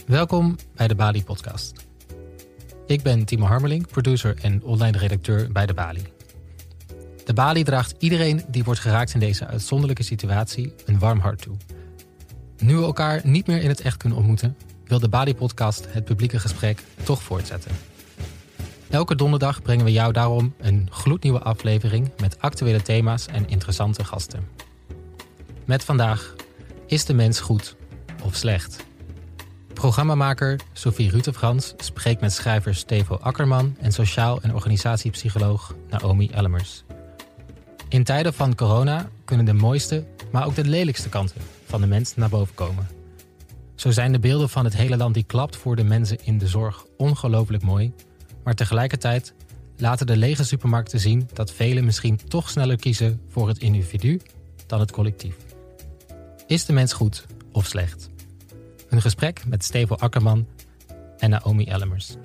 Welkom bij de Bali Podcast. Ik ben Timo Harmeling, producer en online redacteur bij de Bali. De Bali draagt iedereen die wordt geraakt in deze uitzonderlijke situatie een warm hart toe. Nu we elkaar niet meer in het echt kunnen ontmoeten, wil de Bali Podcast het publieke gesprek toch voortzetten. Elke donderdag brengen we jou daarom een gloednieuwe aflevering met actuele thema's en interessante gasten. Met vandaag: is de mens goed of slecht? Programmamaker Sophie Rutefrans spreekt met schrijver Stevo Akkerman en sociaal- en organisatiepsycholoog Naomi Ellemers. In tijden van corona kunnen de mooiste, maar ook de lelijkste kanten van de mens naar boven komen. Zo zijn de beelden van het hele land die klapt voor de mensen in de zorg ongelooflijk mooi, maar tegelijkertijd laten de lege supermarkten zien dat velen misschien toch sneller kiezen voor het individu dan het collectief. Is de mens goed of slecht? Een gesprek met Stevo Akkerman en Naomi Ellemers.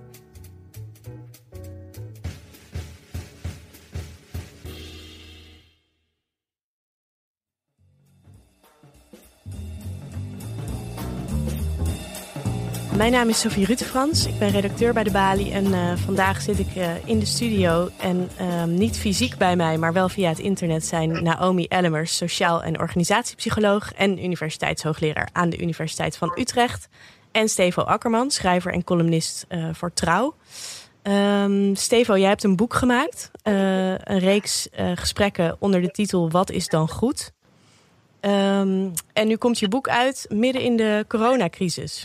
Mijn naam is Sophie Rutefrans, ik ben redacteur bij de Bali en vandaag zit ik in de studio en niet fysiek bij mij, maar wel via het internet zijn Naomi Ellemers, sociaal- en organisatiepsycholoog en universiteitshoogleraar aan de Universiteit van Utrecht. En Stevo Akkerman, schrijver en columnist voor Trouw. Stevo, jij hebt een boek gemaakt, een reeks gesprekken onder de titel Wat is dan goed? En nu komt je boek uit midden in de coronacrisis.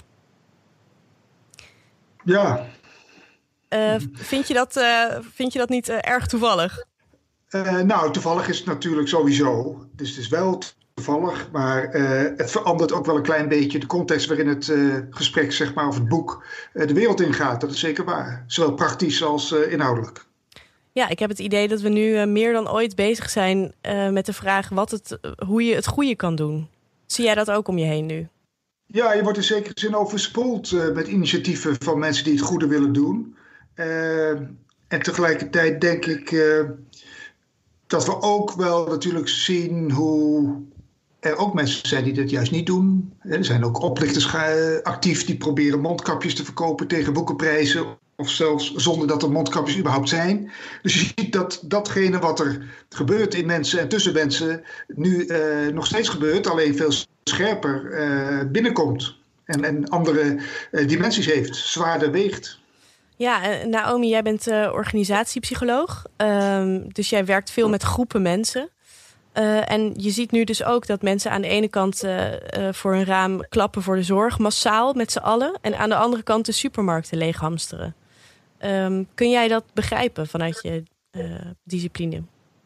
Ja. Vind je dat niet erg toevallig? Toevallig is het natuurlijk sowieso. Dus het is wel toevallig, maar het verandert ook wel een klein beetje de context waarin het gesprek, zeg maar, of het boek de wereld ingaat. Dat is zeker waar. Zowel praktisch als inhoudelijk. Ja, ik heb het idee dat we nu meer dan ooit bezig zijn met de vraag hoe je het goede kan doen. Zie jij dat ook om je heen nu? Ja, je wordt in zekere zin overspoeld met initiatieven van mensen die het goede willen doen. En tegelijkertijd denk ik dat we ook wel natuurlijk zien hoe er ook mensen zijn die dat juist niet doen. Er zijn ook oplichters actief die proberen mondkapjes te verkopen tegen boekenprijzen, of zelfs zonder dat er mondkapjes überhaupt zijn. Dus je ziet dat datgene wat er gebeurt in mensen en tussen mensen nu nog steeds gebeurt, alleen veel scherper binnenkomt. En andere dimensies heeft, zwaarder weegt. Ja, Naomi, jij bent organisatiepsycholoog. Dus jij werkt veel met groepen mensen. En je ziet nu dus ook dat mensen aan de ene kant voor hun raam klappen voor de zorg, massaal met z'n allen. En aan de andere kant de supermarkten leeghamsteren. Kun jij dat begrijpen vanuit je discipline?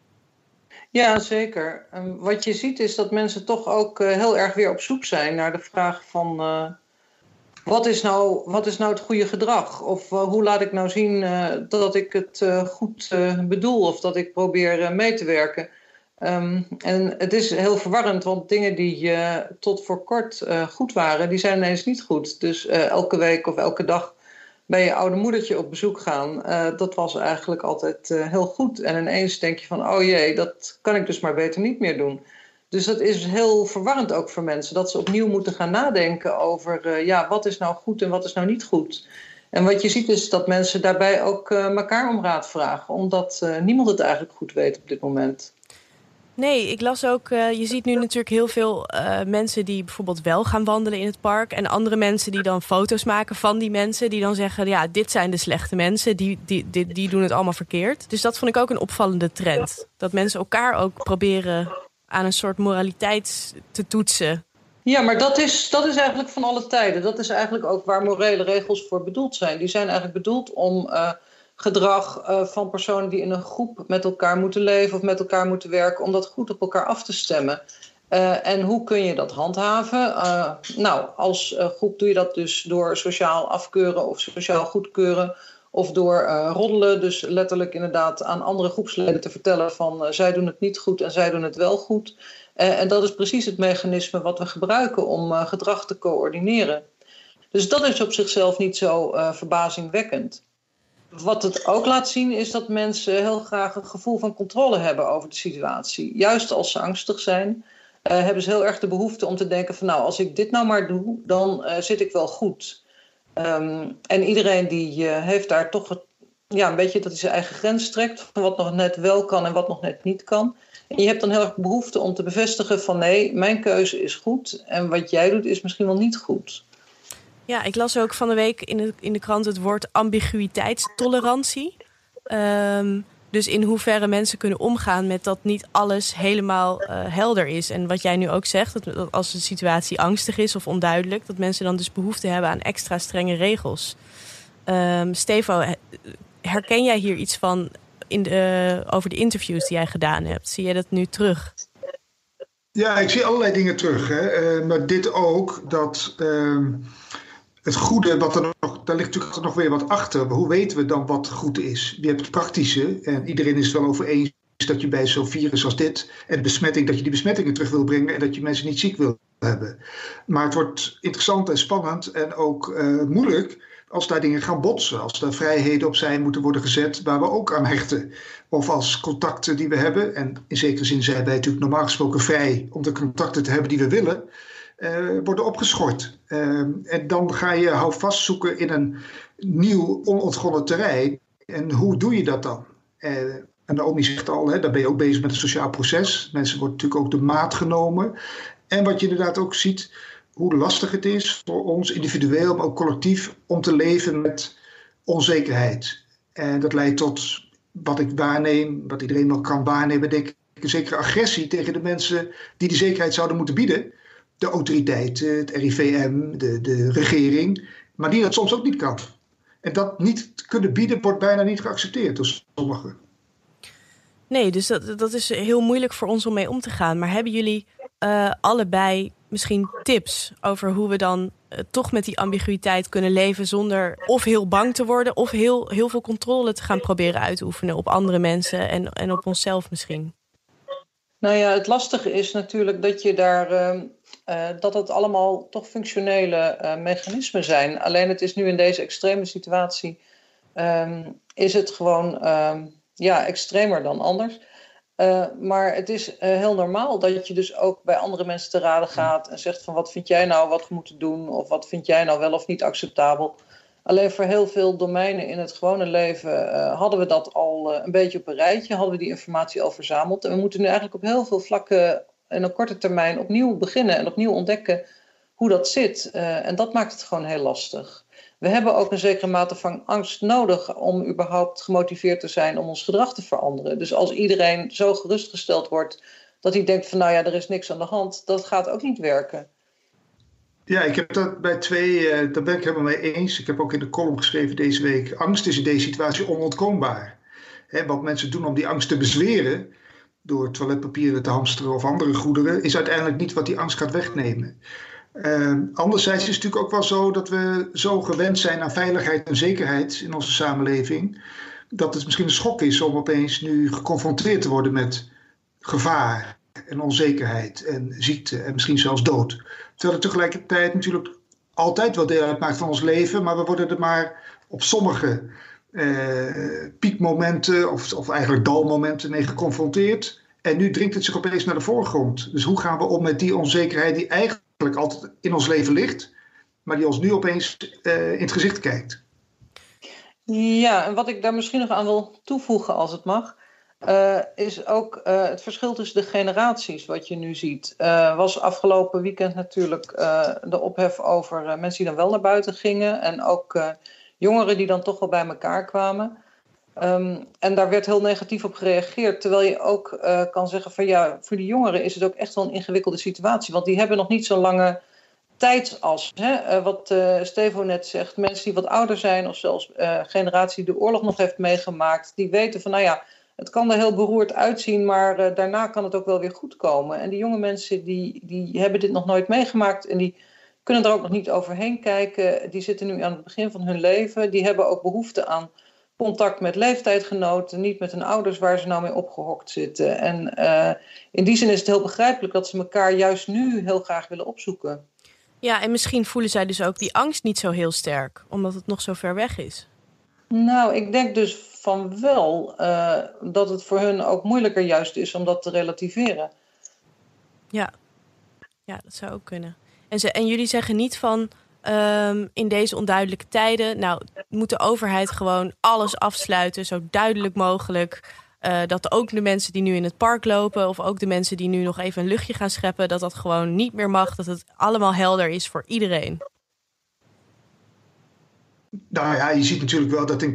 Ja, zeker. Wat je ziet is dat mensen toch ook heel erg weer op zoek zijn naar de vraag van wat is nou het goede gedrag? Of hoe laat ik nou zien dat ik het goed bedoel of dat ik probeer mee te werken? En het is heel verwarrend, want dingen die tot voor kort goed waren, die zijn ineens niet goed. Dus elke week of elke dag bij je oude moedertje op bezoek gaan, dat was eigenlijk altijd heel goed. En ineens denk je van, oh jee, dat kan ik dus maar beter niet meer doen. Dus dat is heel verwarrend ook voor mensen, dat ze opnieuw moeten gaan nadenken over, wat is nou goed en wat is nou niet goed. En wat je ziet is dat mensen daarbij ook elkaar om raad vragen, omdat niemand het eigenlijk goed weet op dit moment. Nee, ik las ook, je ziet nu natuurlijk heel veel mensen die bijvoorbeeld wel gaan wandelen in het park. En andere mensen die dan foto's maken van die mensen. Die dan zeggen, ja, dit zijn de slechte mensen. Die doen het allemaal verkeerd. Dus dat vond ik ook een opvallende trend. Dat mensen elkaar ook proberen aan een soort moraliteit te toetsen. Ja, maar dat is eigenlijk van alle tijden. Dat is eigenlijk ook waar morele regels voor bedoeld zijn. Die zijn eigenlijk bedoeld om gedrag van personen die in een groep met elkaar moeten leven of met elkaar moeten werken, om dat goed op elkaar af te stemmen. En hoe kun je dat handhaven? Als groep doe je dat dus door sociaal afkeuren of sociaal goedkeuren of door roddelen. Dus letterlijk inderdaad aan andere groepsleden te vertellen van zij doen het niet goed en zij doen het wel goed. En dat is precies het mechanisme wat we gebruiken om gedrag te coördineren. Dus dat is op zichzelf niet zo verbazingwekkend. Wat het ook laat zien is dat mensen heel graag een gevoel van controle hebben over de situatie. Juist als ze angstig zijn, hebben ze heel erg de behoefte om te denken van als ik dit nou maar doe, dan zit ik wel goed. En iedereen die heeft daar toch een beetje dat hij zijn eigen grens trekt van wat nog net wel kan en wat nog net niet kan. En je hebt dan heel erg behoefte om te bevestigen van nee, mijn keuze is goed en wat jij doet is misschien wel niet goed. Ja, ik las ook van de week in de krant het woord ambiguïteitstolerantie. Dus in hoeverre mensen kunnen omgaan met dat niet alles helemaal helder is. En wat jij nu ook zegt, dat als de situatie angstig is of onduidelijk, dat mensen dan dus behoefte hebben aan extra strenge regels. Stefo, herken jij hier iets van over de interviews die jij gedaan hebt? Zie je dat nu terug? Ja, ik zie allerlei dingen terug. Hè. Maar dit ook, dat het goede, daar ligt natuurlijk nog weer wat achter. Maar hoe weten we dan wat goed is? Je hebt het praktische en iedereen is het wel over eens dat je bij zo'n virus als dit en de besmetting, dat je die besmettingen terug wil brengen en dat je mensen niet ziek wil hebben. Maar het wordt interessant en spannend en ook moeilijk als daar dingen gaan botsen. Als daar vrijheden opzij moeten worden gezet waar we ook aan hechten. Of als contacten die we hebben, en in zekere zin zijn wij natuurlijk normaal gesproken vrij om de contacten te hebben die we willen, worden opgeschort. En dan ga je houvast zoeken in een nieuw onontgonnen terrein. En hoe doe je dat dan? En Naomi zegt al, daar ben je ook bezig met een sociaal proces. Mensen worden natuurlijk ook de maat genomen. En wat je inderdaad ook ziet, hoe lastig het is voor ons individueel, maar ook collectief, om te leven met onzekerheid. En dat leidt tot wat ik waarneem, wat iedereen nog kan waarnemen, denk ik, een zekere agressie tegen de mensen die zekerheid zouden moeten bieden. De autoriteiten, het RIVM, de regering, maar die dat soms ook niet kan. En dat niet kunnen bieden wordt bijna niet geaccepteerd door sommigen. Nee, dus dat is heel moeilijk voor ons om mee om te gaan. Maar hebben jullie allebei misschien tips over hoe we dan toch met die ambiguïteit kunnen leven zonder of heel bang te worden of heel veel controle te gaan proberen uit te oefenen op andere mensen en op onszelf misschien? Nou ja, het lastige is natuurlijk dat je dat het allemaal toch functionele mechanismen zijn. Alleen het is nu in deze extreme situatie is het gewoon extremer dan anders. Maar het is heel normaal dat je dus ook bij andere mensen te raden gaat en zegt van wat vind jij nou wat we moeten doen of wat vind jij nou wel of niet acceptabel. Alleen voor heel veel domeinen in het gewone leven hadden we dat al een beetje op een rijtje, hadden we die informatie al verzameld. En we moeten nu eigenlijk op heel veel vlakken in een korte termijn opnieuw beginnen en opnieuw ontdekken hoe dat zit. En dat maakt het gewoon heel lastig. We hebben ook een zekere mate van angst nodig om überhaupt gemotiveerd te zijn om ons gedrag te veranderen. Dus als iedereen zo gerustgesteld wordt dat hij denkt van nou ja, er is niks aan de hand, dat gaat ook niet werken. Ja, ik heb dat bij daar ben ik helemaal mee eens. Ik heb ook in de column geschreven deze week, angst is in deze situatie onontkoombaar. Wat mensen doen om die angst te bezweren, door toiletpapieren te hamsteren of andere goederen, is uiteindelijk niet wat die angst gaat wegnemen. Anderzijds is het natuurlijk ook wel zo dat we zo gewend zijn aan veiligheid en zekerheid in onze samenleving, dat het misschien een schok is om opeens nu geconfronteerd te worden met gevaar en onzekerheid en ziekte en misschien zelfs dood. Terwijl het tegelijkertijd natuurlijk altijd wel deel uitmaakt van ons leven, maar we worden er maar op sommige piekmomenten of eigenlijk dalmomenten mee geconfronteerd. En nu dringt het zich opeens naar de voorgrond. Dus hoe gaan we om met die onzekerheid die eigenlijk altijd in ons leven ligt, maar die ons nu opeens in het gezicht kijkt? Ja, en wat ik daar misschien nog aan wil toevoegen als het mag, is ook het verschil tussen de generaties wat je nu ziet. Was afgelopen weekend natuurlijk de ophef over mensen die dan wel naar buiten gingen en ook jongeren die dan toch wel bij elkaar kwamen. En daar werd heel negatief op gereageerd. Terwijl je ook kan zeggen van ja, voor die jongeren is het ook echt wel een ingewikkelde situatie. Want die hebben nog niet zo'n lange tijdsas. Wat Stefo net zegt, mensen die wat ouder zijn of zelfs generatie die de oorlog nog heeft meegemaakt, die weten van nou ja, het kan er heel beroerd uitzien, maar daarna kan het ook wel weer goed komen. En die jonge mensen die hebben dit nog nooit meegemaakt en die kunnen er ook nog niet overheen kijken. Die zitten nu aan het begin van hun leven. Die hebben ook behoefte aan contact met leeftijdgenoten, niet met hun ouders waar ze nou mee opgehokt zitten. En in die zin is het heel begrijpelijk dat ze elkaar juist nu heel graag willen opzoeken. Ja, en misschien voelen zij dus ook die angst niet zo heel sterk, omdat het nog zo ver weg is. Nou, ik denk dus van wel dat het voor hun ook moeilijker juist is om dat te relativeren. Ja, dat zou ook kunnen. En jullie zeggen niet van in deze onduidelijke tijden? Nou, moet de overheid gewoon alles afsluiten, zo duidelijk mogelijk. Dat ook de mensen die nu in het park lopen, of ook de mensen die nu nog even een luchtje gaan scheppen, dat gewoon niet meer mag, dat het allemaal helder is voor iedereen. Nou ja, je ziet natuurlijk wel dat in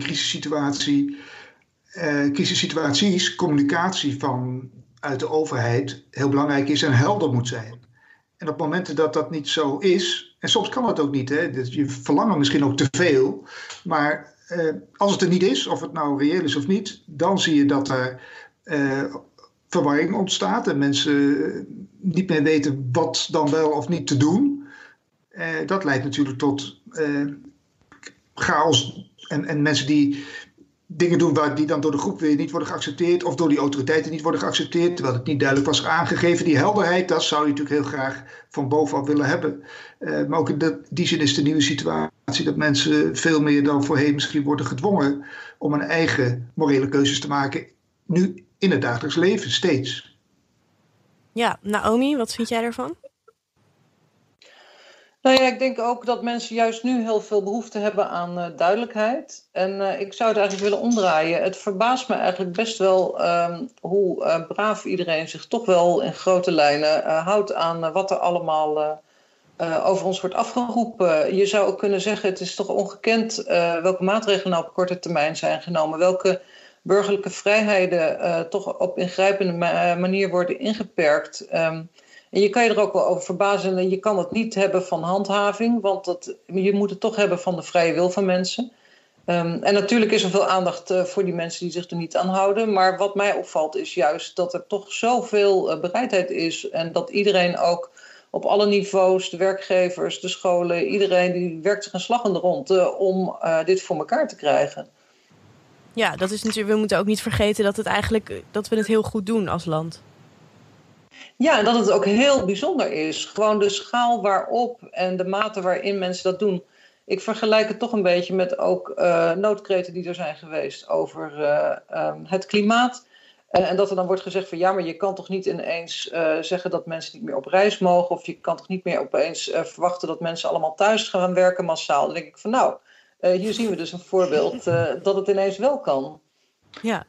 crisissituaties communicatie uit de overheid heel belangrijk is en helder moet zijn. En op momenten dat dat niet zo is, en soms kan dat ook niet, hè, dus je verlangt misschien ook te veel, maar als het er niet is, of het nou reëel is of niet, dan zie je dat er verwarring ontstaat en mensen niet meer weten wat dan wel of niet te doen. Dat leidt natuurlijk tot chaos en mensen die dingen doen die dan door de groep weer niet worden geaccepteerd of door die autoriteiten niet worden geaccepteerd, terwijl het niet duidelijk was aangegeven. Die helderheid, dat zou je natuurlijk heel graag van bovenaf willen hebben. Maar ook in die zin is de nieuwe situatie dat mensen veel meer dan voorheen misschien worden gedwongen om een eigen morele keuzes te maken, nu in het dagelijks leven, steeds. Ja, Naomi, wat vind jij daarvan? Nou ja, ik denk ook dat mensen juist nu heel veel behoefte hebben aan duidelijkheid. En ik zou het eigenlijk willen omdraaien. Het verbaast me eigenlijk best wel hoe braaf iedereen zich toch wel in grote lijnen houdt aan wat er allemaal over ons wordt afgeroepen. Je zou ook kunnen zeggen, het is toch ongekend welke maatregelen nou op korte termijn zijn genomen. Welke burgerlijke vrijheden toch op ingrijpende manier worden ingeperkt. En je kan je er ook wel over verbazen. En je kan het niet hebben van handhaving, want je moet het toch hebben van de vrije wil van mensen. En natuurlijk is er veel aandacht voor die mensen die zich er niet aan houden. Maar wat mij opvalt is juist dat er toch zoveel bereidheid is. En dat iedereen ook op alle niveaus, de werkgevers, de scholen, iedereen die werkt zich een slag in de rond om dit voor elkaar te krijgen. Ja, dat is natuurlijk. We moeten ook niet vergeten dat we het heel goed doen als land. Ja, en dat het ook heel bijzonder is. Gewoon de schaal waarop en de mate waarin mensen dat doen. Ik vergelijk het toch een beetje met ook noodkreten die er zijn geweest over het klimaat. En dat er dan wordt gezegd van ja, maar je kan toch niet ineens zeggen dat mensen niet meer op reis mogen. Of je kan toch niet meer opeens verwachten dat mensen allemaal thuis gaan werken massaal. Dan denk ik van nou, hier zien we dus een voorbeeld dat het ineens wel kan. Ja.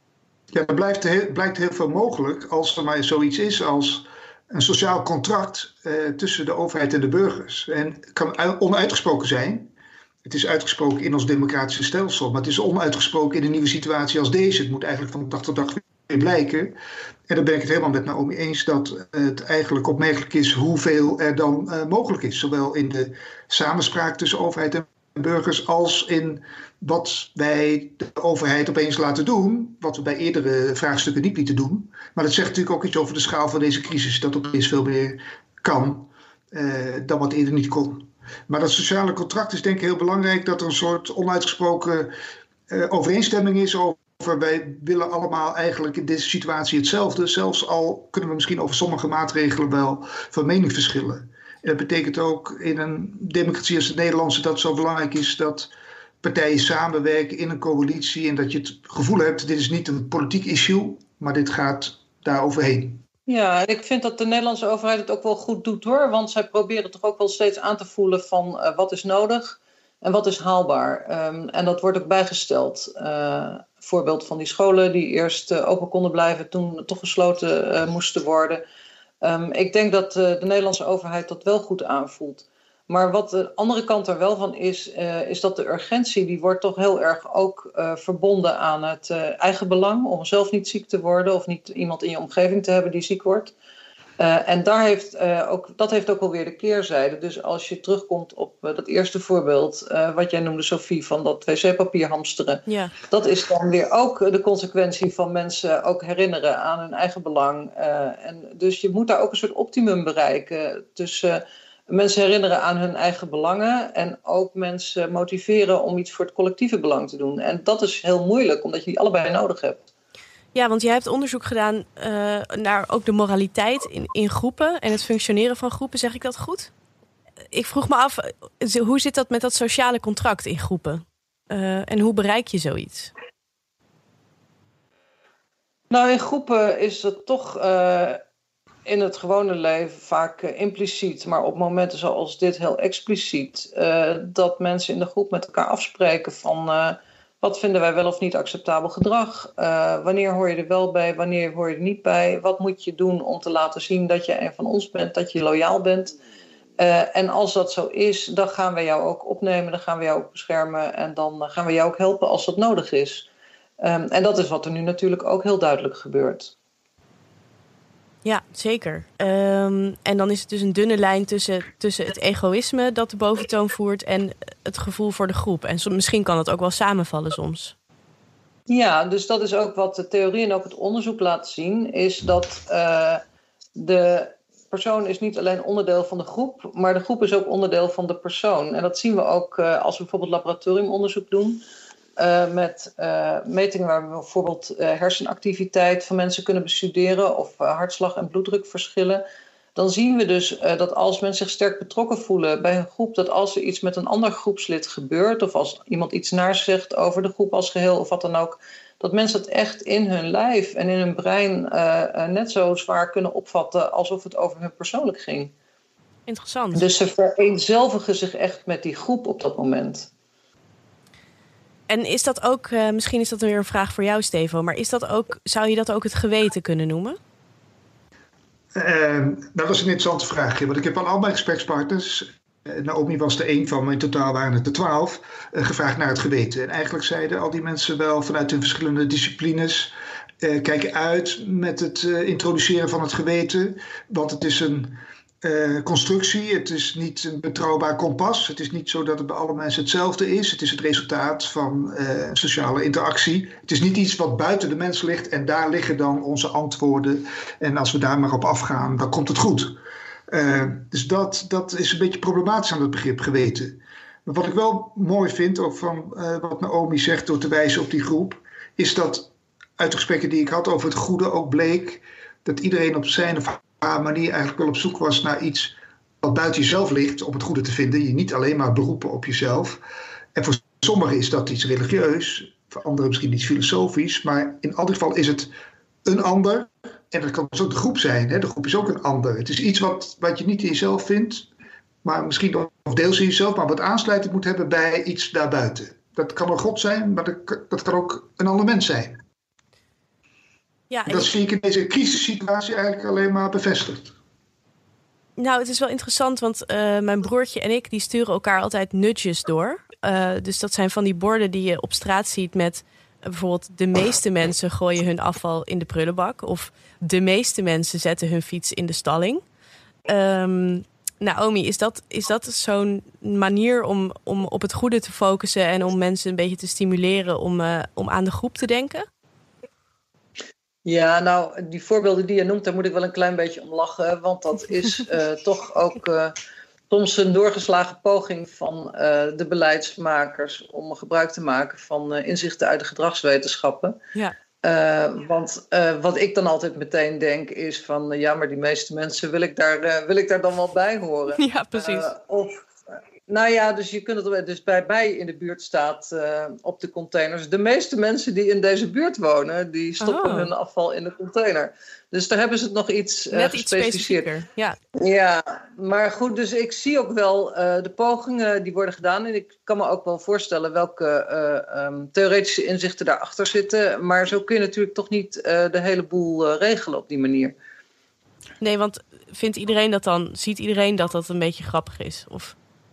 Ja, er blijkt heel veel mogelijk als er maar zoiets is als een sociaal contract tussen de overheid en de burgers. En het kan onuitgesproken zijn. Het is uitgesproken in ons democratische stelsel, maar het is onuitgesproken in een nieuwe situatie als deze. Het moet eigenlijk van dag tot dag weer blijken. En dan ben ik het helemaal met Naomi eens dat het eigenlijk opmerkelijk is hoeveel er dan mogelijk is. Zowel in de samenspraak tussen overheid en burgers als in wat wij de overheid opeens laten doen, wat we bij eerdere vraagstukken niet lieten doen. Maar dat zegt natuurlijk ook iets over de schaal van deze crisis, dat opeens veel meer kan dan wat eerder niet kon. Maar dat sociale contract is denk ik heel belangrijk, dat er een soort onuitgesproken overeenstemming is over wij willen allemaal eigenlijk in deze situatie hetzelfde, zelfs al kunnen we misschien over sommige maatregelen wel van mening verschillen. En dat betekent ook in een democratie als de Nederlandse dat het zo belangrijk is dat partijen samenwerken in een coalitie en dat je het gevoel hebt, dit is niet een politiek issue, maar dit gaat daar overheen. Ja, en ik vind dat de Nederlandse overheid het ook wel goed doet hoor, want zij proberen toch ook wel steeds aan te voelen van wat is nodig en wat is haalbaar. En dat wordt ook bijgesteld. Voorbeeld van die scholen die eerst open konden blijven, toen toch gesloten moesten worden. Ik denk dat de Nederlandse overheid dat wel goed aanvoelt. Maar wat de andere kant er wel van is dat de urgentie, die wordt toch heel erg ook verbonden aan het eigen belang. Om zelf niet ziek te worden of niet iemand in je omgeving te hebben die ziek wordt. En dat heeft ook wel weer de keerzijde. Dus als je terugkomt op dat eerste voorbeeld, wat jij noemde, Sophie, van dat wc-papier hamsteren. Ja. Dat is dan weer ook de consequentie van mensen ook herinneren aan hun eigen belang. En dus je moet daar ook een soort optimum bereiken tussen mensen herinneren aan hun eigen belangen en ook mensen motiveren om iets voor het collectieve belang te doen. En dat is heel moeilijk, omdat je die allebei nodig hebt. Ja, want jij hebt onderzoek gedaan naar ook de moraliteit in groepen en het functioneren van groepen. Zeg ik dat goed? Ik vroeg me af, hoe zit dat met dat sociale contract in groepen? En hoe bereik je zoiets? Nou, in groepen is het toch in het gewone leven vaak impliciet, maar op momenten zoals dit heel expliciet, dat mensen in de groep met elkaar afspreken van wat vinden wij wel of niet acceptabel gedrag? Wanneer hoor je er wel bij, wanneer hoor je er niet bij? Wat moet je doen om te laten zien dat je een van ons bent, dat je loyaal bent? En als dat zo is, dan gaan we jou ook opnemen, dan gaan we jou ook beschermen en dan gaan we jou ook helpen als dat nodig is. En dat is wat er nu natuurlijk ook heel duidelijk gebeurt. Ja, zeker. En dan is het dus een dunne lijn tussen het egoïsme dat de boventoon voert en het gevoel voor de groep. En misschien kan het ook wel samenvallen soms. Ja, dus dat is ook wat de theorie en ook het onderzoek laat zien, is dat de persoon is niet alleen onderdeel van de groep, maar de groep is ook onderdeel van de persoon. En dat zien we ook als we bijvoorbeeld laboratoriumonderzoek doen. Met metingen waar we bijvoorbeeld hersenactiviteit van mensen kunnen bestuderen of hartslag- en bloeddrukverschillen. Dan zien we dus dat als mensen zich sterk betrokken voelen bij een groep, dat als er iets met een ander groepslid gebeurt of als iemand iets naars zegt over de groep als geheel of wat dan ook, dat mensen het echt in hun lijf en in hun brein net zo zwaar kunnen opvatten alsof het over hun persoonlijk ging. Interessant. Dus ze vereenzelvigen zich echt met die groep op dat moment. En is dat ook, misschien is dat weer een vraag voor jou, Stevo, maar zou je dat ook het geweten kunnen noemen? Dat is een interessante vraag. Want ik heb aan al mijn gesprekspartners, Naomi was er 1 van, maar in totaal waren het er 12, gevraagd naar het geweten. En eigenlijk zeiden al die mensen wel vanuit hun verschillende disciplines, kijken uit met het introduceren van het geweten. Want het is een constructie, het is niet een betrouwbaar kompas. Het is niet zo dat het bij alle mensen hetzelfde is. Het is het resultaat van sociale interactie. Het is niet iets wat buiten de mens ligt en daar liggen dan onze antwoorden. En als we daar maar op afgaan, dan komt het goed. Dus dat is een beetje problematisch aan het begrip geweten. Maar wat ik wel mooi vind, ook van wat Naomi zegt door te wijzen op die groep, is dat uit de gesprekken die ik had over het goede ook bleek dat iedereen op zijn of haar manier eigenlijk wel op zoek was naar iets wat buiten jezelf ligt om het goede te vinden. Je niet alleen maar beroepen op jezelf. En voor sommigen is dat iets religieus, voor anderen misschien iets filosofisch, maar in elk geval is het een ander. En dat kan dus ook de groep zijn. Hè? De groep is ook een ander. Het is iets wat je niet in jezelf vindt, maar misschien of deels in jezelf, maar wat aansluiting moet hebben bij iets daarbuiten. Dat kan een God zijn, maar dat kan ook een ander mens zijn. Ja, en dat zie ik in deze crisissituatie eigenlijk alleen maar bevestigd. Nou, het is wel interessant, want mijn broertje en ik die sturen elkaar altijd nudges door. Dus dat zijn van die borden die je op straat ziet met bijvoorbeeld de meeste mensen gooien hun afval in de prullenbak. Of de meeste mensen zetten hun fiets in de stalling. Naomi, is dat zo'n manier om op het goede te focussen en om mensen een beetje te stimuleren om aan de groep te denken? Ja, nou, die voorbeelden die je noemt, daar moet ik wel een klein beetje om lachen. Want dat is toch ook soms een doorgeslagen poging van de beleidsmakers om gebruik te maken van inzichten uit de gedragswetenschappen. Ja. Want wat ik dan altijd meteen denk is van ja, maar die meeste mensen wil ik daar dan wel bij horen. Ja, precies. Nou ja, dus je kunt het dus bij mij in de buurt staat op de containers. De meeste mensen die in deze buurt wonen, die stoppen hun afval in de container. Dus daar hebben ze het nog iets gespecificeerd. Ja, maar goed, dus ik zie ook wel de pogingen die worden gedaan. En ik kan me ook wel voorstellen welke theoretische inzichten daarachter zitten. Maar zo kun je natuurlijk toch niet de hele boel regelen op die manier. Nee, want vindt iedereen dat dan? Ziet iedereen dat dat een beetje grappig is? Of?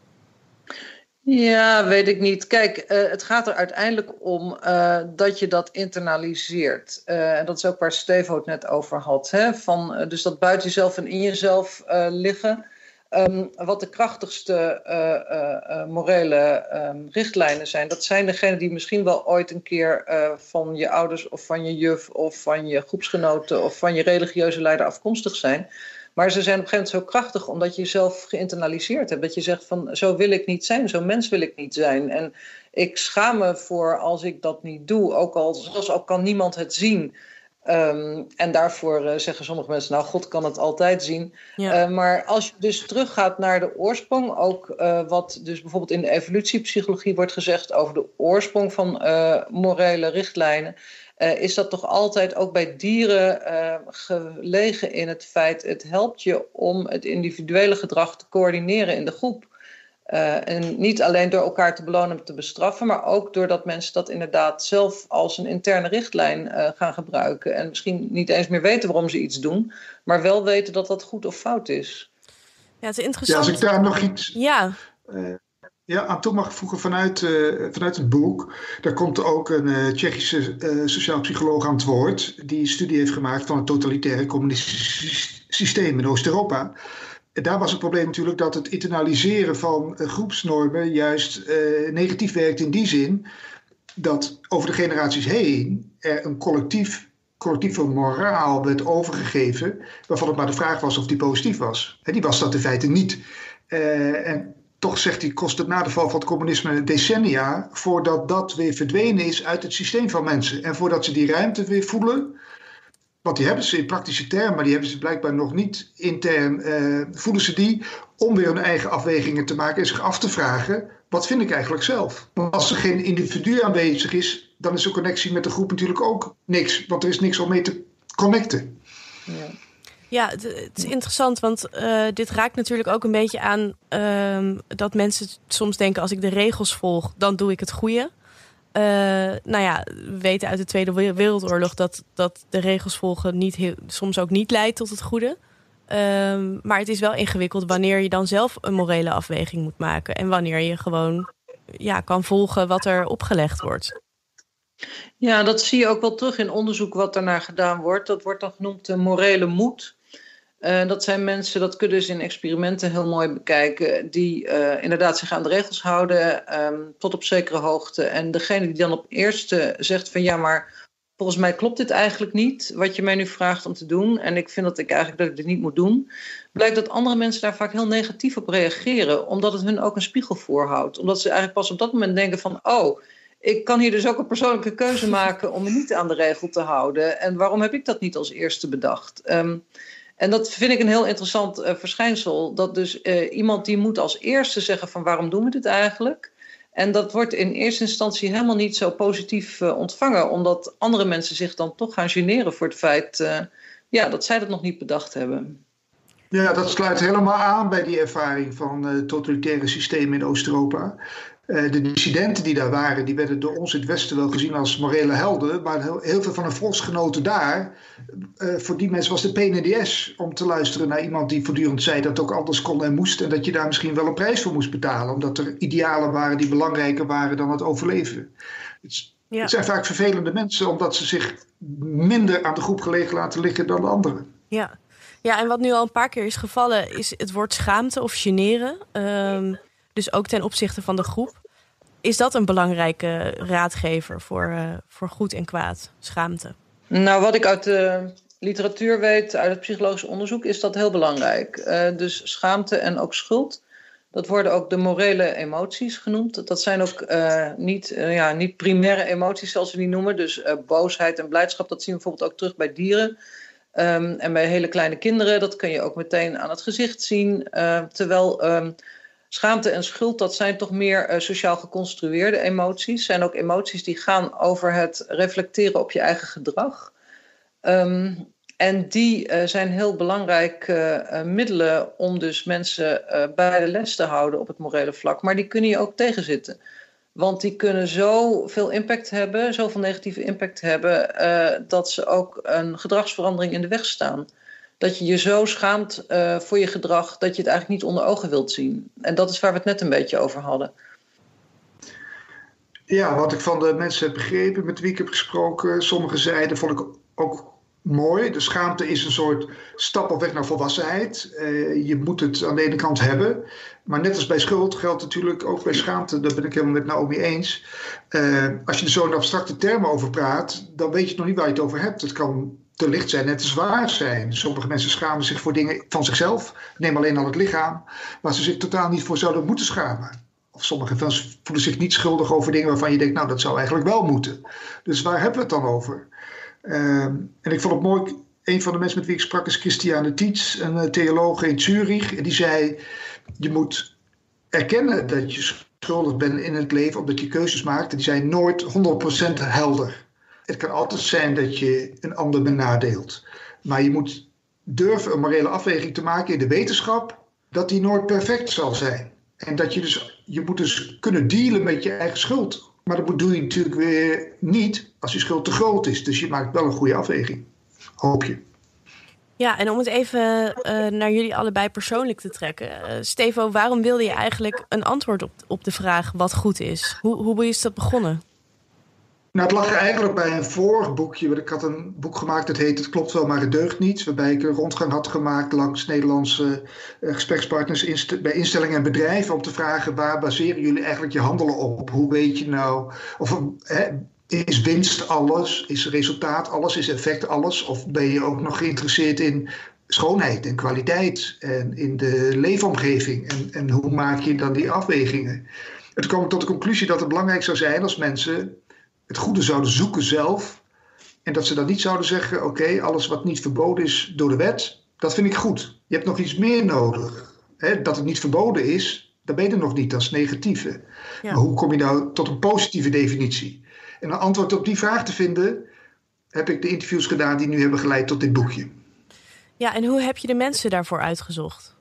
Ja, weet ik niet. Kijk, het gaat er uiteindelijk om dat je dat internaliseert. En dat is ook waar Stevo het net over had. Hè? Dus dat buiten jezelf en in jezelf liggen. Wat de krachtigste morele richtlijnen zijn, dat zijn degenen die misschien wel ooit een keer van je ouders of van je juf of van je groepsgenoten of van je religieuze leider afkomstig zijn. Maar ze zijn op een gegeven moment zo krachtig omdat je jezelf geïnternaliseerd hebt. Dat je zegt van zo wil ik niet zijn, zo'n mens wil ik niet zijn. En ik schaam me voor als ik dat niet doe. Ook al kan niemand het zien. En daarvoor zeggen sommige mensen, nou, God kan het altijd zien. Ja. Maar als je dus teruggaat naar de oorsprong, ook wat dus bijvoorbeeld in de evolutiepsychologie wordt gezegd over de oorsprong van morele richtlijnen, is dat toch altijd ook bij dieren gelegen in het feit, het helpt je om het individuele gedrag te coördineren in de groep. En niet alleen door elkaar te belonen en te bestraffen, maar ook doordat mensen dat inderdaad zelf als een interne richtlijn gaan gebruiken. En misschien niet eens meer weten waarom ze iets doen, maar wel weten dat dat goed of fout is. Ja, het is interessant. Ja, als ik daar nog iets aan toe mag voegen vanuit het boek. Daar komt ook een Tsjechische sociaal psycholoog aan het woord, die een studie heeft gemaakt van het totalitaire communistische systeem in Oost-Europa. Daar was het probleem natuurlijk dat het internaliseren van groepsnormen juist negatief werkt in die zin dat over de generaties heen er een collectieve moraal werd overgegeven, waarvan het maar de vraag was of die positief was. Die was dat in feite niet. En toch zegt hij, kost het na de val van het communisme decennia voordat dat weer verdwenen is uit het systeem van mensen. En voordat ze die ruimte weer voelen. Want die hebben ze in praktische termen, maar die hebben ze blijkbaar nog niet intern. Voelen ze die om weer hun eigen afwegingen te maken en zich af te vragen, wat vind ik eigenlijk zelf? Want als er geen individu aanwezig is, dan is de connectie met de groep natuurlijk ook niks. Want er is niks om mee te connecten. Ja, het is interessant, want dit raakt natuurlijk ook een beetje aan dat mensen soms denken, als ik de regels volg, dan doe ik het goede. We weten uit de Tweede Wereldoorlog dat de regels volgen soms ook niet leidt tot het goede. Maar het is wel ingewikkeld wanneer je dan zelf een morele afweging moet maken. En wanneer je gewoon kan volgen wat er opgelegd wordt. Ja, dat zie je ook wel terug in onderzoek wat daarnaar gedaan wordt. Dat wordt dan genoemd de morele moed. Dat zijn mensen, dat kun je dus in experimenten heel mooi bekijken, die inderdaad zich aan de regels houden tot op zekere hoogte. En degene die dan op eerste zegt van ja, maar volgens mij klopt dit eigenlijk niet, wat je mij nu vraagt om te doen. En ik vind dat ik dit niet moet doen. Blijkt dat andere mensen daar vaak heel negatief op reageren, omdat het hun ook een spiegel voorhoudt. Omdat ze eigenlijk pas op dat moment denken van ik kan hier dus ook een persoonlijke keuze maken om me niet aan de regel te houden. En waarom heb ik dat niet als eerste bedacht? En dat vind ik een heel interessant verschijnsel. Dat dus iemand die moet als eerste zeggen van waarom doen we dit eigenlijk? En dat wordt in eerste instantie helemaal niet zo positief ontvangen. Omdat andere mensen zich dan toch gaan generen voor het feit dat zij dat nog niet bedacht hebben. Ja, dat sluit helemaal aan bij die ervaring van totalitaire systemen in Oost-Europa. De dissidenten die daar waren, die werden door ons in het Westen wel gezien als morele helden. Maar heel veel van de volksgenoten daar, voor die mensen was de pain in the ass om te luisteren naar iemand die voortdurend zei dat het ook anders kon en moest. En dat je daar misschien wel een prijs voor moest betalen. Omdat er idealen waren die belangrijker waren dan het overleven. Het zijn vaak vervelende mensen omdat ze zich minder aan de groep gelegen laten liggen dan de anderen. Ja, en wat nu al een paar keer is gevallen is het woord schaamte of generen. Dus ook ten opzichte van de groep. Is dat een belangrijke raadgever voor goed en kwaad, schaamte? Nou, wat ik uit de literatuur weet, uit het psychologisch onderzoek, is dat heel belangrijk. Dus schaamte en ook schuld, dat worden ook de morele emoties genoemd. Dat zijn ook niet primaire emoties, zoals we die noemen. Dus boosheid en blijdschap, dat zien we bijvoorbeeld ook terug bij dieren. En bij hele kleine kinderen, dat kun je ook meteen aan het gezicht zien. Terwijl schaamte en schuld, dat zijn toch meer sociaal geconstrueerde emoties. Zijn ook emoties die gaan over het reflecteren op je eigen gedrag. En die zijn heel belangrijke middelen om dus mensen bij de les te houden op het morele vlak. Maar die kunnen je ook tegenzitten. Want die kunnen zoveel impact hebben, zoveel negatieve impact hebben, dat ze ook een gedragsverandering in de weg staan. Dat je je zo schaamt voor je gedrag dat je het eigenlijk niet onder ogen wilt zien. En dat is waar we het net een beetje over hadden. Ja, wat ik van de mensen heb begrepen met wie ik heb gesproken, sommige zeiden, vond ik ook mooi. De schaamte is een soort stap op weg naar volwassenheid. Je moet het aan de ene kant hebben. Maar net als bij schuld geldt natuurlijk ook bij schaamte. Daar ben ik helemaal met Naomi eens. Als je er zo in abstracte termen over praat, dan weet je nog niet waar je het over hebt. Het kan te licht zijn, net te zwaar zijn. Sommige mensen schamen zich voor dingen van zichzelf. Neem alleen al het lichaam. Waar ze zich totaal niet voor zouden moeten schamen. Of sommige mensen voelen zich niet schuldig over dingen waarvan je denkt, nou dat zou eigenlijk wel moeten. Dus waar hebben we het dan over? En ik vond het mooi, een van de mensen met wie ik sprak is Christiane Tietz, een theoloog in Zurich. En die zei, je moet erkennen dat je schuldig bent in het leven omdat je keuzes maakt. En die zijn nooit 100% helder. Het kan altijd zijn dat je een ander benadeelt. Maar je moet durven een morele afweging te maken in de wetenschap dat die nooit perfect zal zijn. En dat je moet dus kunnen dealen met je eigen schuld. Maar dat doe je natuurlijk weer niet als je schuld te groot is. Dus je maakt wel een goede afweging. Hoop je. Ja, en om het even naar jullie allebei persoonlijk te trekken. Stevo, waarom wilde je eigenlijk een antwoord op de vraag wat goed is? Hoe is dat begonnen? Nou, het lag eigenlijk bij een vorig boekje. Ik had een boek gemaakt dat heet Het klopt wel, maar het deugt niet. Waarbij ik een rondgang had gemaakt langs Nederlandse gesprekspartners bij instellingen en bedrijven. Om te vragen, waar baseren jullie eigenlijk je handelen op? Hoe weet je nou, is winst alles? Is resultaat alles? Is effect alles? Of ben je ook nog geïnteresseerd in schoonheid en kwaliteit en in de leefomgeving? En hoe maak je dan die afwegingen? En toen kwam ik tot de conclusie dat het belangrijk zou zijn als mensen het goede zouden zoeken zelf. En dat ze dan niet zouden zeggen, oké, alles wat niet verboden is door de wet, dat vind ik goed. Je hebt nog iets meer nodig. Dat het niet verboden is, dat ben je nog niet, dat is negatieve. Ja. Maar hoe kom je nou tot een positieve definitie? En een antwoord op die vraag te vinden, heb ik de interviews gedaan die nu hebben geleid tot dit boekje. Ja, en hoe heb je de mensen daarvoor uitgezocht?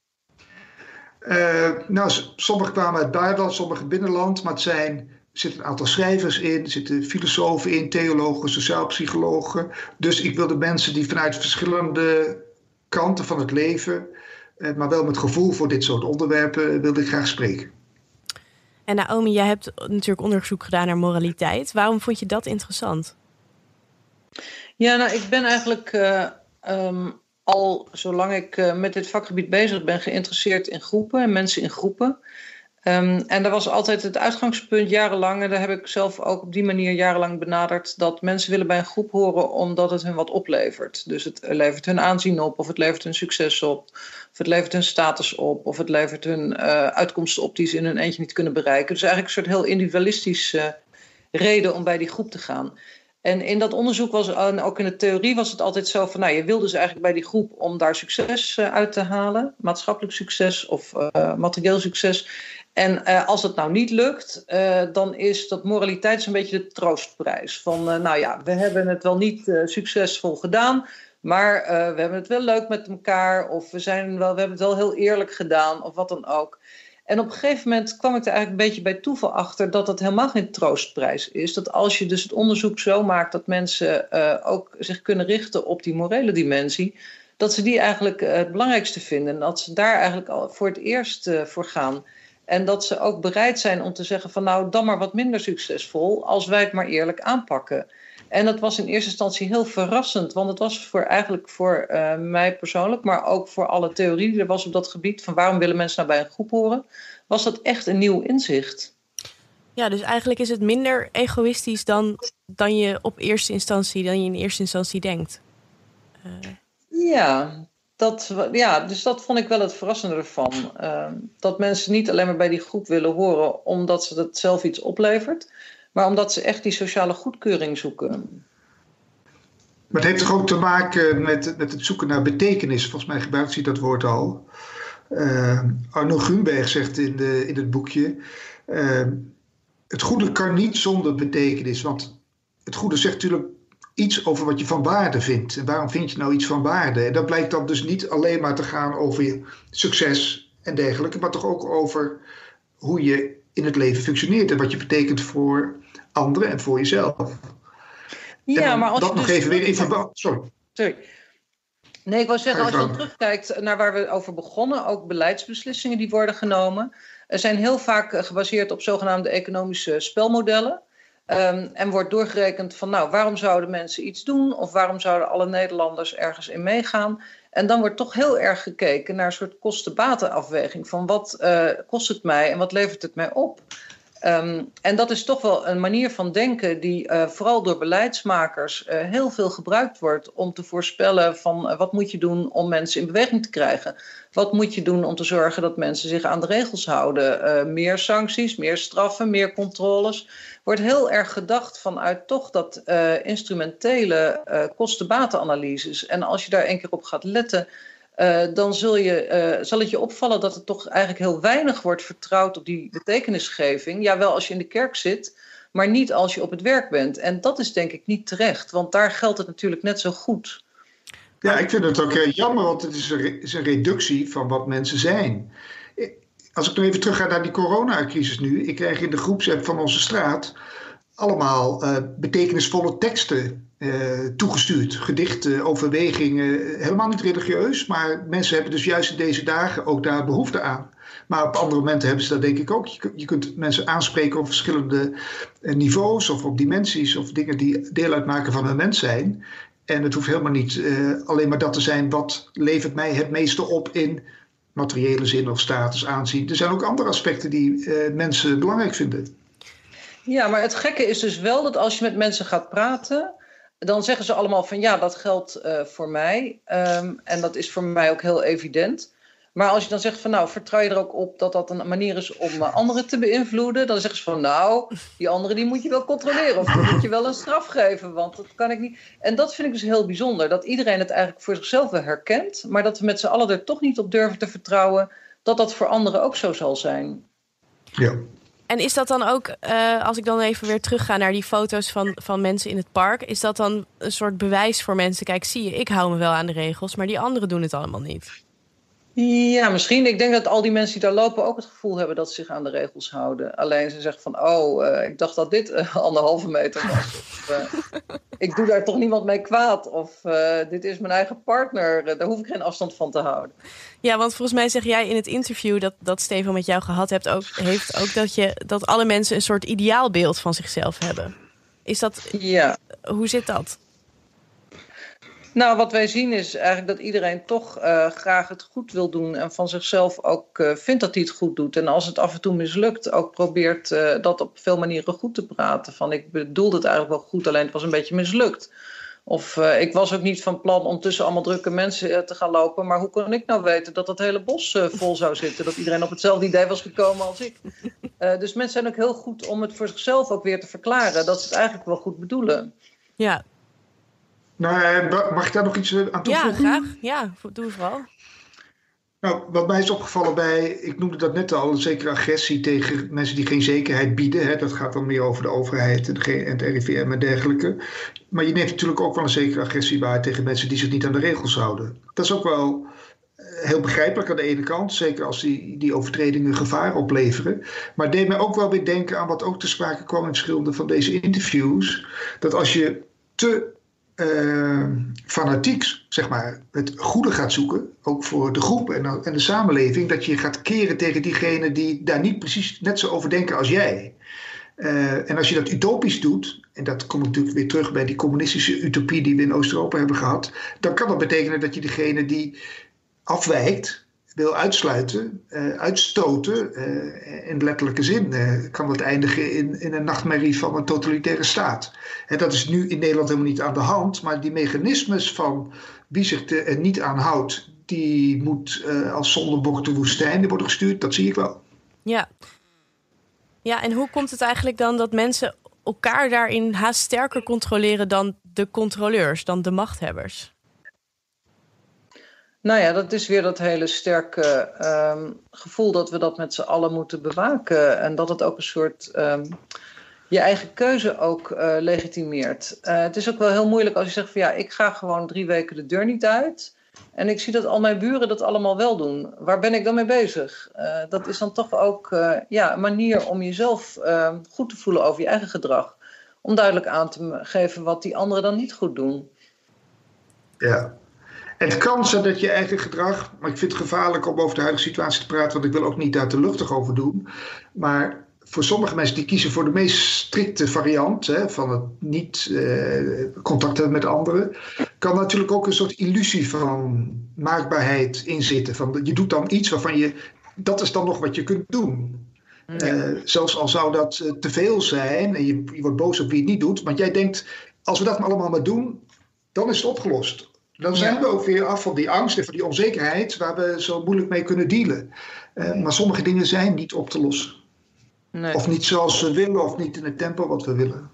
Sommigen kwamen uit het buitenland, sommigen binnenland, maar er zitten een aantal schrijvers in, er zitten filosofen in, theologen, sociaalpsychologen. Dus ik wilde mensen die vanuit verschillende kanten van het leven, maar wel met gevoel voor dit soort onderwerpen, wilde ik graag spreken. En Naomi, jij hebt natuurlijk onderzoek gedaan naar moraliteit. Waarom vond je dat interessant? Ja, nou, ik ben eigenlijk al zolang ik met dit vakgebied bezig ben geïnteresseerd in groepen en mensen in groepen. En dat was altijd het uitgangspunt jarenlang. En daar heb ik zelf ook op die manier jarenlang benaderd. Dat mensen willen bij een groep horen omdat het hun wat oplevert. Dus het levert hun aanzien op. Of het levert hun succes op. Of het levert hun status op. Of het levert hun uitkomsten op die ze in hun eentje niet kunnen bereiken. Dus eigenlijk een soort heel individualistische reden om bij die groep te gaan. En in dat onderzoek en ook in de theorie was het altijd zo van, je wil dus eigenlijk bij die groep om daar succes uit te halen. Maatschappelijk succes of materieel succes. En als dat nou niet lukt, dan is dat moraliteit zo'n beetje de troostprijs. Van, we hebben het wel niet succesvol gedaan, maar we hebben het wel leuk met elkaar. Of we hebben het wel heel eerlijk gedaan, of wat dan ook. En op een gegeven moment kwam ik er eigenlijk een beetje bij toeval achter dat dat helemaal geen troostprijs is. Dat als je dus het onderzoek zo maakt dat mensen ook zich kunnen richten op die morele dimensie, dat ze die eigenlijk het belangrijkste vinden. En dat ze daar eigenlijk al voor het eerst voor gaan. En dat ze ook bereid zijn om te zeggen van dan maar wat minder succesvol als wij het maar eerlijk aanpakken. En dat was in eerste instantie heel verrassend. Want het was eigenlijk voor mij persoonlijk, maar ook voor alle theorie die er was op dat gebied. Van waarom willen mensen nou bij een groep horen? Was dat echt een nieuw inzicht. Ja, dus eigenlijk is het minder egoïstisch dan je in eerste instantie denkt. Dus dat vond ik wel het verrassende ervan. Dat mensen niet alleen maar bij die groep willen horen omdat ze dat zelf iets oplevert, maar omdat ze echt die sociale goedkeuring zoeken. Maar het heeft toch ook te maken met het zoeken naar betekenis. Volgens mij gebruikt hij dat woord al. Arno Grunberg zegt in het boekje, het goede kan niet zonder betekenis. Want het goede zegt natuurlijk iets over wat je van waarde vindt. En waarom vind je nou iets van waarde? En dat blijkt dan dus niet alleen maar te gaan over je succes en dergelijke, maar toch ook over hoe je in het leven functioneert en wat je betekent voor anderen en voor jezelf. Ja, maar als dat je nog dus even weer in verband. Sorry. Nee, ik wou zeggen, als je dan terugkijkt naar waar we over begonnen, ook beleidsbeslissingen die worden genomen, zijn heel vaak gebaseerd op zogenaamde economische spelmodellen. En wordt doorgerekend van, waarom zouden mensen iets doen? Of waarom zouden alle Nederlanders ergens in meegaan? En dan wordt toch heel erg gekeken naar een soort kosten-batenafweging. Van wat kost het mij en wat levert het mij op? En dat is toch wel een manier van denken die vooral door beleidsmakers heel veel gebruikt wordt om te voorspellen van wat moet je doen om mensen in beweging te krijgen. Wat moet je doen om te zorgen dat mensen zich aan de regels houden. Meer sancties, meer straffen, meer controles. Wordt heel erg gedacht vanuit toch dat instrumentele kosten-batenanalyses. En als je daar een keer op gaat letten, dan zal het je opvallen dat er toch eigenlijk heel weinig wordt vertrouwd op die betekenisgeving. Ja, wel als je in de kerk zit, maar niet als je op het werk bent. En dat is denk ik niet terecht, want daar geldt het natuurlijk net zo goed. Ja, ik vind het ook jammer, want het is een reductie van wat mensen zijn. Als ik nog even terug ga naar die coronacrisis nu. Ik krijg in de groepsapp van onze straat allemaal betekenisvolle teksten toegestuurd. Gedichten, overwegingen, helemaal niet religieus. Maar mensen hebben dus juist in deze dagen ook daar behoefte aan. Maar op andere momenten hebben ze dat denk ik ook. Je kunt mensen aanspreken op verschillende niveaus of op dimensies of dingen die deel uitmaken van hun mens zijn. En het hoeft helemaal niet alleen maar dat te zijn wat levert mij het meeste op in materiële zin of status, aanzien. Er zijn ook andere aspecten die mensen belangrijk vinden. Ja, maar het gekke is dus wel dat als je met mensen gaat praten, dan zeggen ze allemaal van ja, dat geldt voor mij. En dat is voor mij ook heel evident. Maar als je dan zegt van nou, vertrouw je er ook op dat dat een manier is om anderen te beïnvloeden? Dan zeggen ze van nou, die anderen die moet je wel controleren. Of die moet je wel een straf geven, want dat kan ik niet. En dat vind ik dus heel bijzonder. Dat iedereen het eigenlijk voor zichzelf wel herkent. Maar dat we met z'n allen er toch niet op durven te vertrouwen dat dat voor anderen ook zo zal zijn. Ja. En is dat dan ook, als ik dan even weer terugga naar die foto's van mensen in het park, is dat dan een soort bewijs voor mensen? Kijk, zie je, ik hou me wel aan de regels, maar die anderen doen het allemaal niet. Ja, misschien. Ik denk dat al die mensen die daar lopen ook het gevoel hebben dat ze zich aan de regels houden. Alleen ze zeggen van, ik dacht dat dit 1,5 meter was. Of, ik doe daar toch niemand mee kwaad. Of dit is mijn eigen partner. Daar hoef ik geen afstand van te houden. Ja, want volgens mij zeg jij in het interview dat Stefan met jou gehad heeft ook dat alle mensen een soort ideaalbeeld van zichzelf hebben. Is dat? Ja. Hoe zit dat? Nou, wat wij zien is eigenlijk dat iedereen toch graag het goed wil doen en van zichzelf ook vindt dat hij het goed doet. En als het af en toe mislukt, ook probeert dat op veel manieren goed te praten. Van ik bedoelde het eigenlijk wel goed, alleen het was een beetje mislukt. Of ik was ook niet van plan om tussen allemaal drukke mensen te gaan lopen. Maar hoe kon ik nou weten dat dat hele bos vol zou zitten? Dat iedereen op hetzelfde idee was gekomen als ik. Dus mensen zijn ook heel goed om het voor zichzelf ook weer te verklaren. Dat ze het eigenlijk wel goed bedoelen. Ja. Nou, mag ik daar nog iets aan toevoegen? Ja, graag. Ja, doe vooral. Nou, wat mij is opgevallen ik noemde dat net al, een zekere agressie tegen mensen die geen zekerheid bieden. Hè. Dat gaat dan meer over de overheid en het RIVM en dergelijke. Maar je neemt natuurlijk ook wel een zekere agressie waar tegen mensen die zich niet aan de regels houden. Dat is ook wel heel begrijpelijk aan de ene kant, zeker als die overtredingen gevaar opleveren. Maar het deed mij ook wel weer denken aan wat ook te sprake kwam in verschillende van deze interviews. Dat als je te fanatiek, zeg maar, het goede gaat zoeken, ook voor de groep en de samenleving, dat je gaat keren tegen diegenen die daar niet precies net zo over denken als jij. En als je dat utopisch doet, en dat komt natuurlijk weer terug bij die communistische utopie die we in Oost-Europa hebben gehad, dan kan dat betekenen dat je diegene die afwijkt, wil uitsluiten, uitstoten. In letterlijke zin kan dat eindigen in een nachtmerrie van een totalitaire staat. En dat is nu in Nederland helemaal niet aan de hand. Maar die mechanismes van wie zich er niet aan houdt, die moet als zondebok de woestijn worden gestuurd. Dat zie ik wel. Ja. Ja, en hoe komt het eigenlijk dan dat mensen elkaar daarin haast sterker controleren dan de controleurs, dan de machthebbers? Nou ja, dat is weer dat hele sterke gevoel dat we dat met z'n allen moeten bewaken. En dat het ook een soort je eigen keuze ook legitimeert. Het is ook wel heel moeilijk als je zegt van ja, ik ga gewoon 3 weken de deur niet uit. En ik zie dat al mijn buren dat allemaal wel doen. Waar ben ik dan mee bezig? Dat is dan toch ook een manier om jezelf goed te voelen over je eigen gedrag. Om duidelijk aan te geven wat die anderen dan niet goed doen. Ja. Het kan zijn dat je eigen gedrag, maar ik vind het gevaarlijk om over de huidige situatie te praten, want ik wil ook niet daar te luchtig over doen. Maar voor sommige mensen die kiezen voor de meest strikte variant, van het niet contact hebben met anderen, kan natuurlijk ook een soort illusie van maakbaarheid in zitten. Van, je doet dan iets waarvan dat is dan nog wat je kunt doen. Zelfs al zou dat te veel zijn en je wordt boos op wie het niet doet. Want jij denkt, als we dat maar allemaal maar doen, dan is het opgelost. Dan zijn we ook weer af van die angst en van die onzekerheid waar we zo moeilijk mee kunnen dealen. Maar sommige dingen zijn niet op te lossen. Nee. Of niet zoals we willen of niet in het tempo wat we willen.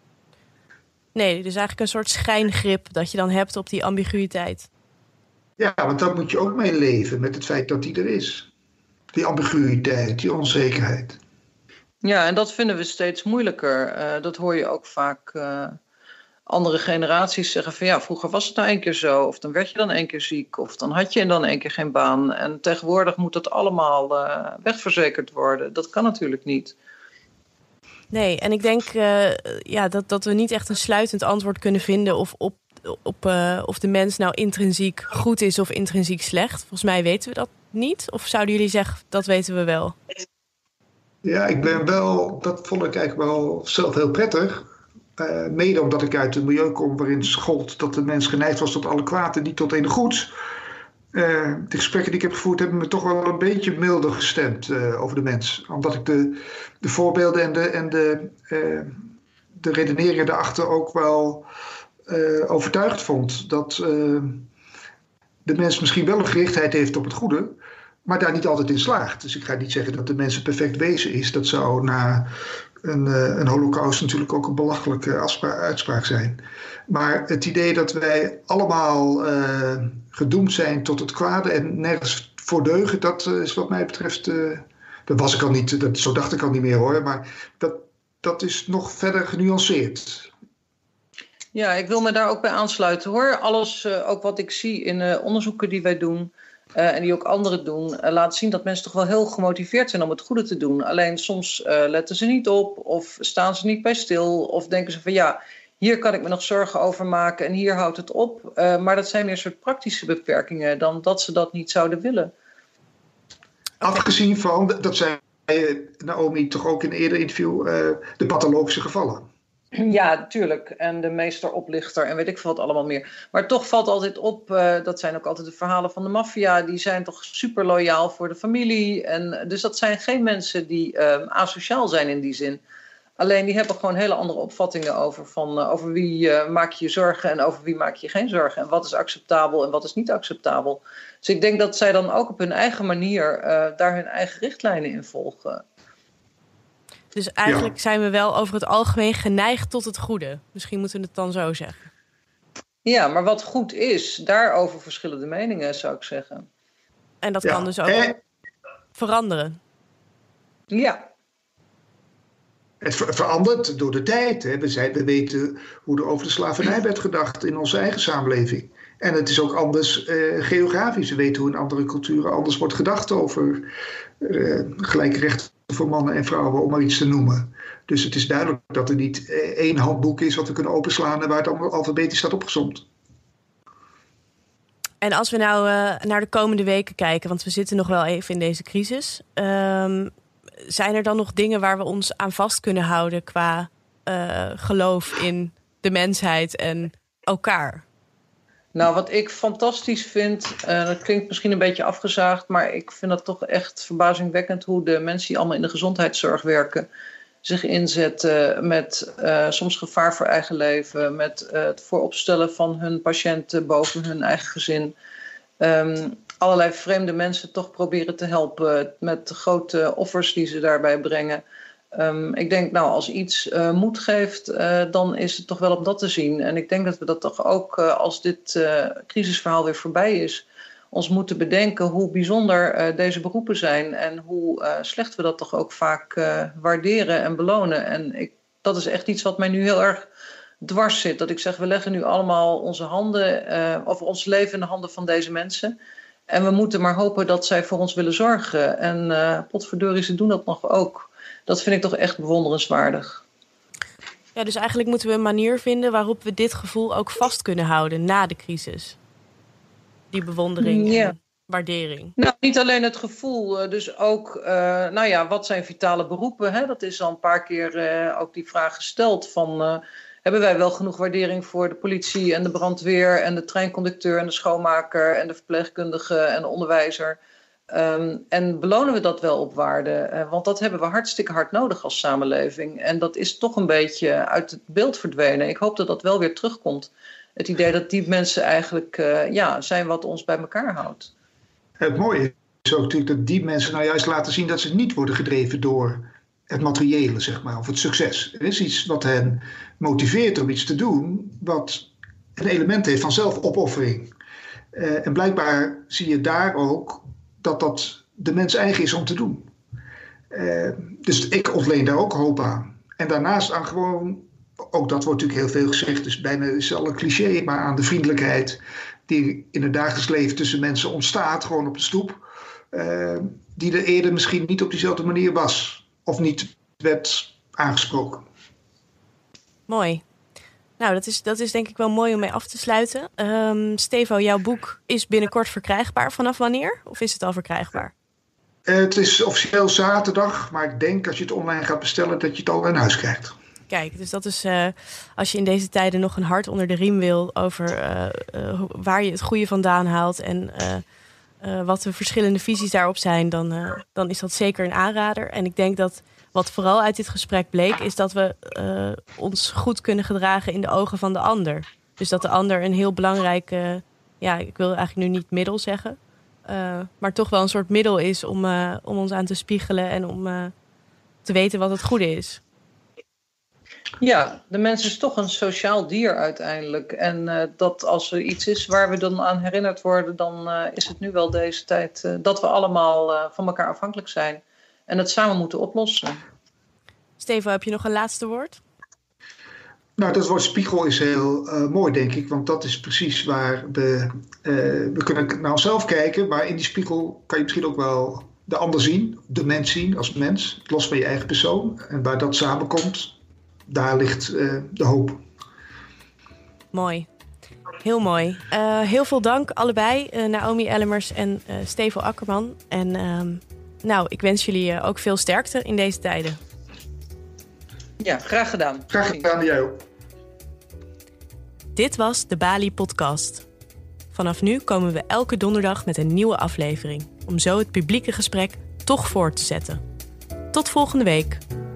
Nee, dus eigenlijk een soort schijngrip dat je dan hebt op die ambiguïteit. Ja, want daar moet je ook mee leven met het feit dat die er is. Die ambiguïteit, die onzekerheid. Ja, en dat vinden we steeds moeilijker. Dat hoor je ook vaak andere generaties zeggen van ja, vroeger was het nou 1 keer zo. Of dan werd je dan 1 keer ziek. Of dan had je dan 1 keer geen baan. En tegenwoordig moet dat allemaal wegverzekerd worden. Dat kan natuurlijk niet. Nee, en ik denk dat we niet echt een sluitend antwoord kunnen vinden of de mens nou intrinsiek goed is of intrinsiek slecht. Volgens mij weten we dat niet. Of zouden jullie zeggen, dat weten we wel? Ja, dat vond ik eigenlijk wel zelf heel prettig. Mede omdat ik uit een milieu kom waarin schold dat de mens geneigd was tot alle kwaad en niet tot enig goeds. De gesprekken die ik heb gevoerd hebben me toch wel een beetje milder gestemd over de mens. Omdat ik de voorbeelden en de redeneringen daarachter ook wel overtuigd vond. Dat de mens misschien wel een gerichtheid heeft op het goede, maar daar niet altijd in slaagt. Dus ik ga niet zeggen dat de mens een perfect wezen is. Dat zou na een holocaust natuurlijk ook een belachelijke uitspraak zijn. Maar het idee dat wij allemaal gedoemd zijn tot het kwade en nergens voor deugen, dat is wat mij betreft, dat was ik al niet, zo dacht ik al niet meer hoor, maar dat is nog verder genuanceerd. Ja, ik wil me daar ook bij aansluiten hoor. Alles, ook wat ik zie in onderzoeken die wij doen en die ook anderen doen, laat zien dat mensen toch wel heel gemotiveerd zijn om het goede te doen. Alleen soms letten ze niet op of staan ze niet bij stil of denken ze van ja, hier kan ik me nog zorgen over maken en hier houdt het op. Maar dat zijn meer soort praktische beperkingen dan dat ze dat niet zouden willen. Afgezien van, dat zei Naomi toch ook in een eerder interview, de pathologische gevallen. Ja, natuurlijk. En de meesteroplichter en weet ik veel wat allemaal meer. Maar toch valt altijd op, dat zijn ook altijd de verhalen van de maffia. Die zijn toch super loyaal voor de familie. En dus dat zijn geen mensen die asociaal zijn in die zin. Alleen die hebben gewoon hele andere opvattingen over wie maak je je zorgen en over wie maak je geen zorgen. En wat is acceptabel en wat is niet acceptabel. Dus ik denk dat zij dan ook op hun eigen manier daar hun eigen richtlijnen in volgen. Dus eigenlijk zijn we wel over het algemeen geneigd tot het goede. Misschien moeten we het dan zo zeggen. Ja, maar wat goed is, daarover verschillende meningen zou ik zeggen. En dat kan dus ook veranderen. Ja. Het verandert door de tijd. Hè. We weten hoe er over de slavernij werd gedacht in onze eigen samenleving. En het is ook anders geografisch. We weten hoe in andere culturen anders wordt gedacht over gelijke rechten voor mannen en vrouwen, om maar iets te noemen. Dus het is duidelijk dat er niet 1 handboek is wat we kunnen openslaan en waar het allemaal alfabetisch staat opgezomd. En als we nou naar de komende weken kijken, want we zitten nog wel even in deze crisis. Zijn er dan nog dingen waar we ons aan vast kunnen houden qua geloof in de mensheid en elkaar? Nou, wat ik fantastisch vind, dat klinkt misschien een beetje afgezaagd, maar ik vind dat toch echt verbazingwekkend hoe de mensen die allemaal in de gezondheidszorg werken zich inzetten met soms gevaar voor eigen leven, met het vooropstellen van hun patiënten boven hun eigen gezin. Allerlei vreemde mensen toch proberen te helpen met de grote offers die ze daarbij brengen. Ik denk, nou, als iets moed geeft, dan is het toch wel op dat te zien. En ik denk dat we dat toch ook, als dit crisisverhaal weer voorbij is, ons moeten bedenken hoe bijzonder deze beroepen zijn en hoe slecht we dat toch ook vaak waarderen en belonen. En dat is echt iets wat mij nu heel erg dwars zit. Dat ik zeg, we leggen nu allemaal onze handen, of ons leven in de handen van deze mensen. En we moeten maar hopen dat zij voor ons willen zorgen. En potverdorie, ze doen dat nog ook. Dat vind ik toch echt bewonderenswaardig. Ja, dus eigenlijk moeten we een manier vinden waarop we dit gevoel ook vast kunnen houden na de crisis. Die bewondering en waardering. Nou, niet alleen het gevoel, dus ook, wat zijn vitale beroepen? Hè? Dat is al een paar keer ook die vraag gesteld van, hebben wij wel genoeg waardering voor de politie en de brandweer en de treinconducteur en de schoonmaker en de verpleegkundige en de onderwijzer? En belonen we dat wel op waarde? Want dat hebben we hartstikke hard nodig als samenleving. En dat is toch een beetje uit het beeld verdwenen. Ik hoop dat dat wel weer terugkomt. Het idee dat die mensen eigenlijk zijn wat ons bij elkaar houdt. Het mooie is ook natuurlijk dat die mensen nou juist laten zien dat ze niet worden gedreven door het materiële, zeg maar, of het succes. Er is iets wat hen motiveert om iets te doen wat een element heeft van zelfopoffering. En blijkbaar zie je daar ook dat de mens eigen is om te doen. Dus ik ontleen daar ook hoop aan. En daarnaast aan gewoon, ook dat wordt natuurlijk heel veel gezegd, dus bijna is al een cliché, maar aan de vriendelijkheid die in het dagelijks leven tussen mensen ontstaat, gewoon op de stoep, die er eerder misschien niet op diezelfde manier was of niet werd aangesproken. Mooi. Nou, dat is denk ik wel mooi om mee af te sluiten. Stevo, jouw boek is binnenkort verkrijgbaar. Vanaf wanneer? Of is het al verkrijgbaar? Het is officieel zaterdag, maar ik denk als je het online gaat bestellen dat je het al in huis krijgt. Kijk, dus dat is als je in deze tijden nog een hart onder de riem wil over waar je het goede vandaan haalt en wat de verschillende visies daarop zijn, dan is dat zeker een aanrader. En ik denk dat wat vooral uit dit gesprek bleek, is dat we ons goed kunnen gedragen in de ogen van de ander. Dus dat de ander een heel belangrijk, ik wil eigenlijk nu niet middel zeggen, maar toch wel een soort middel is om ons aan te spiegelen en om te weten wat het goede is. Ja, de mens is toch een sociaal dier uiteindelijk. En dat als er iets is waar we dan aan herinnerd worden, dan is het nu wel deze tijd dat we allemaal van elkaar afhankelijk zijn. En het samen moeten oplossen. Stevo, heb je nog een laatste woord? Nou, dat woord spiegel is heel mooi, denk ik. Want dat is precies waar we kunnen naar onszelf kijken. Maar in die spiegel kan je misschien ook wel de ander zien. De mens zien als mens. Los van je eigen persoon. En waar dat samenkomt, daar ligt de hoop. Mooi. Heel mooi. Heel veel dank allebei. Naomi Ellemers en Stevo Akkerman. En ik wens jullie ook veel sterkte in deze tijden. Ja, graag gedaan. Graag gedaan, jij ook. Dit was de Bali Podcast. Vanaf nu komen we elke donderdag met een nieuwe aflevering, om zo het publieke gesprek toch voort te zetten. Tot volgende week.